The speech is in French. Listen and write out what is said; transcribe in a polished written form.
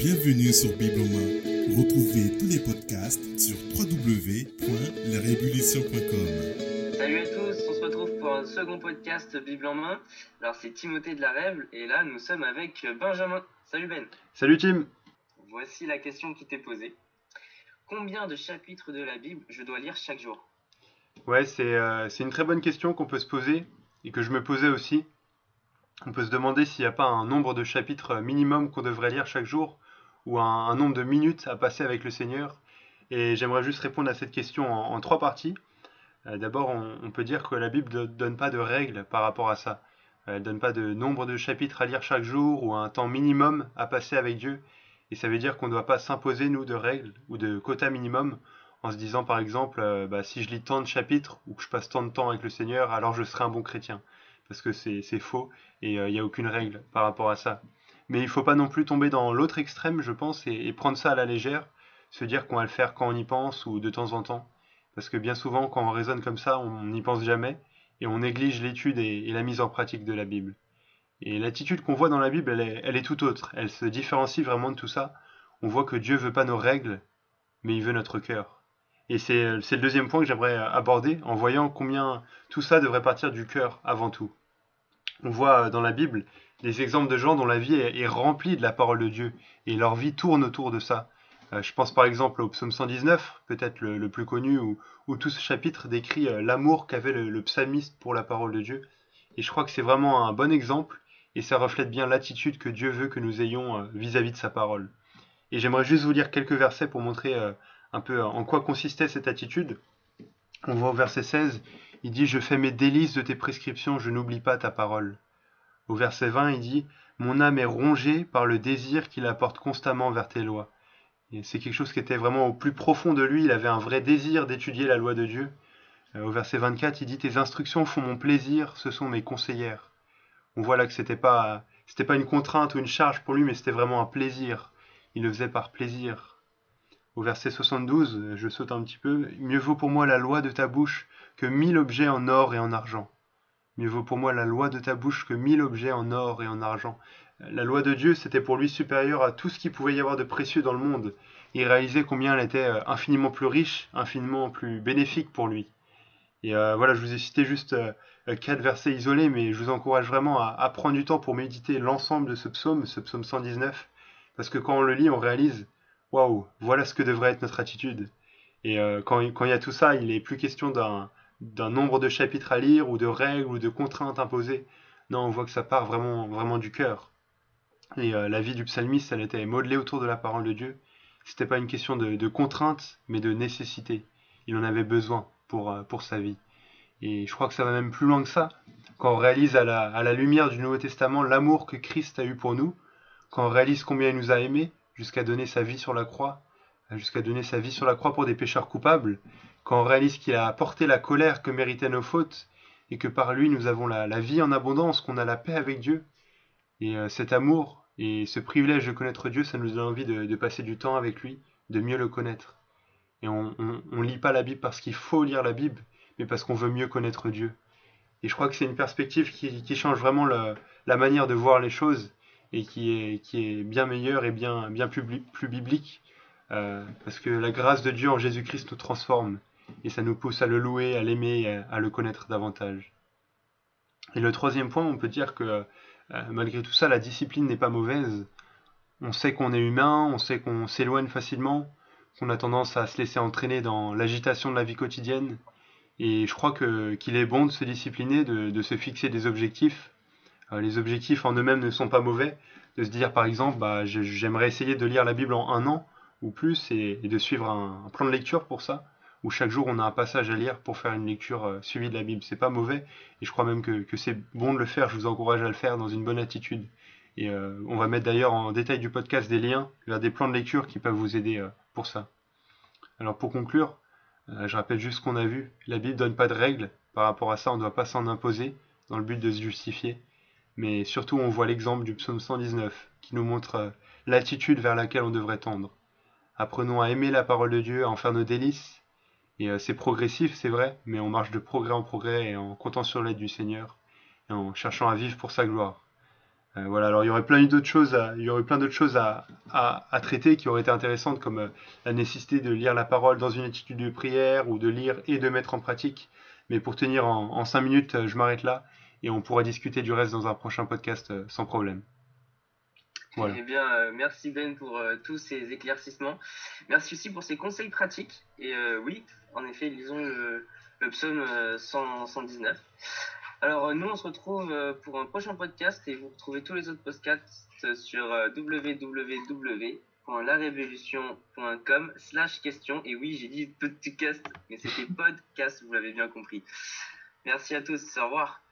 Bienvenue sur Bible en main. Retrouvez tous les podcasts sur www.larévolution.com. Salut à tous, on se retrouve pour un second podcast Bible en main. Alors c'est Timothée de la Rèble et là nous sommes avec Benjamin. Salut Ben. Salut Tim. Voici la question qui t'est posée. Combien de chapitres de la Bible je dois lire chaque jour ? Ouais, c'est une très bonne question qu'on peut se poser et que je me posais aussi. On peut se demander s'il n'y a pas un nombre de chapitres minimum qu'on devrait lire chaque jour ou un nombre de minutes à passer avec le Seigneur. Et j'aimerais juste répondre à cette question en trois parties. D'abord, on peut dire que la Bible ne donne pas de règles par rapport à ça. Elle ne donne pas de nombre de chapitres à lire chaque jour ou un temps minimum à passer avec Dieu. Et ça veut dire qu'on ne doit pas s'imposer, nous, de règles ou de quotas minimum en se disant, par exemple, si je lis tant de chapitres ou que je passe tant de temps avec le Seigneur, alors je serai un bon chrétien. Parce que c'est faux et il n'y a aucune règle par rapport à ça. Mais il ne faut pas non plus tomber dans l'autre extrême, je pense, et prendre ça à la légère, se dire qu'on va le faire quand on y pense ou de temps en temps. Parce que bien souvent, quand on raisonne comme ça, on n'y pense jamais et on néglige l'étude et la mise en pratique de la Bible. Et l'attitude qu'on voit dans la Bible, elle est tout autre. Elle se différencie vraiment de tout ça. On voit que Dieu veut pas nos règles, mais il veut notre cœur. Et c'est le deuxième point que j'aimerais aborder en voyant combien tout ça devrait partir du cœur avant tout. On voit dans la Bible des exemples de gens dont la vie est remplie de la parole de Dieu et leur vie tourne autour de ça. Je pense par exemple au psaume 119, peut-être le plus connu, où tout ce chapitre décrit l'amour qu'avait le psalmiste pour la parole de Dieu. Et je crois que c'est vraiment un bon exemple et ça reflète bien l'attitude que Dieu veut que nous ayons vis-à-vis de sa parole. Et j'aimerais juste vous lire quelques versets pour montrer un peu en quoi consistait cette attitude. On voit au verset 16, il dit « Je fais mes délices de tes prescriptions, je n'oublie pas ta parole ». Au verset 20, il dit « Mon âme est rongée par le désir qui la porte constamment vers tes lois ». Et c'est quelque chose qui était vraiment au plus profond de lui, il avait un vrai désir d'étudier la loi de Dieu. Au verset 24, il dit « Tes instructions font mon plaisir, ce sont mes conseillères ». On voit là que c'était pas une contrainte ou une charge pour lui, mais c'était vraiment un plaisir. Il le faisait par plaisir. Au verset 72, je saute un petit peu, « Mieux vaut pour moi la loi de ta bouche que 1000 objets en or et en argent. » Mieux vaut pour moi la loi de ta bouche que 1000 objets en or et en argent. La loi de Dieu, c'était pour lui supérieur à tout ce qu'il pouvait y avoir de précieux dans le monde. Il réalisait combien elle était infiniment plus riche, infiniment plus bénéfique pour lui. Et voilà, je vous ai cité juste 4 versets isolés, mais je vous encourage vraiment à prendre du temps pour méditer l'ensemble de ce psaume 119, parce que quand on le lit, on réalise, waouh, voilà ce que devrait être notre attitude. Et quand il y a tout ça, il n'est plus question d'un nombre de chapitres à lire, ou de règles, ou de contraintes imposées. Non, on voit que ça part vraiment, vraiment du cœur. Et la vie du psalmiste, elle était modelée autour de la parole de Dieu. C'était pas une question de contrainte, mais de nécessité. Il en avait besoin pour sa vie. Et je crois que ça va même plus loin que ça. Quand on réalise à la lumière du Nouveau Testament l'amour que Christ a eu pour nous, quand on réalise combien il nous a aimés, jusqu'à donner sa vie sur la croix pour des pécheurs coupables, quand on réalise qu'il a apporté la colère que méritaient nos fautes, et que par lui nous avons la vie en abondance, qu'on a la paix avec Dieu, et cet amour et ce privilège de connaître Dieu, ça nous donne envie de passer du temps avec lui, de mieux le connaître. Et on lit pas la Bible parce qu'il faut lire la Bible, mais parce qu'on veut mieux connaître Dieu. Et je crois que c'est une perspective qui change vraiment la manière de voir les choses, et qui est bien meilleure et bien plus biblique, parce que la grâce de Dieu en Jésus-Christ nous transforme, et ça nous pousse à le louer, à l'aimer, et à le connaître davantage. Et le troisième point, on peut dire que malgré tout ça, la discipline n'est pas mauvaise. On sait qu'on est humain, on sait qu'on s'éloigne facilement, qu'on a tendance à se laisser entraîner dans l'agitation de la vie quotidienne. Et je crois qu'il est bon de se discipliner, de se fixer des objectifs. Les objectifs en eux-mêmes ne sont pas mauvais. De se dire par exemple, j'aimerais essayer de lire la Bible en 1 an ou plus et de suivre un plan de lecture pour ça, où chaque jour on a un passage à lire pour faire une lecture suivie de la Bible. C'est pas mauvais et je crois même que c'est bon de le faire. Je vous encourage à le faire dans une bonne attitude. Et on va mettre d'ailleurs en détail du podcast des liens vers des plans de lecture qui peuvent vous aider pour ça. Alors pour conclure, je rappelle juste ce qu'on a vu. La Bible donne pas de règles. Par rapport à ça, on ne doit pas s'en imposer dans le but de se justifier. Mais surtout, on voit l'exemple du psaume 119 qui nous montre l'attitude vers laquelle on devrait tendre. Apprenons à aimer la parole de Dieu, à en faire nos délices. Et c'est progressif, c'est vrai, mais on marche de progrès en progrès et en comptant sur l'aide du Seigneur et en cherchant à vivre pour sa gloire. Voilà, alors il y aurait plein d'autres choses à à traiter qui auraient été intéressantes, comme la nécessité de lire la parole dans une attitude de prière ou de lire et de mettre en pratique. Mais pour tenir en 5 minutes, je m'arrête là et on pourra discuter du reste dans un prochain podcast sans problème. Voilà. Eh bien, merci Ben pour tous ces éclaircissements. Merci aussi pour ces conseils pratiques. Et oui, en effet, lisons le psaume 119. Alors, nous, on se retrouve pour un prochain podcast et vous retrouvez tous les autres podcasts sur www.larévolution.com/question. Et oui, j'ai dit podcast, mais c'était podcast, vous l'avez bien compris. Merci à tous, au revoir.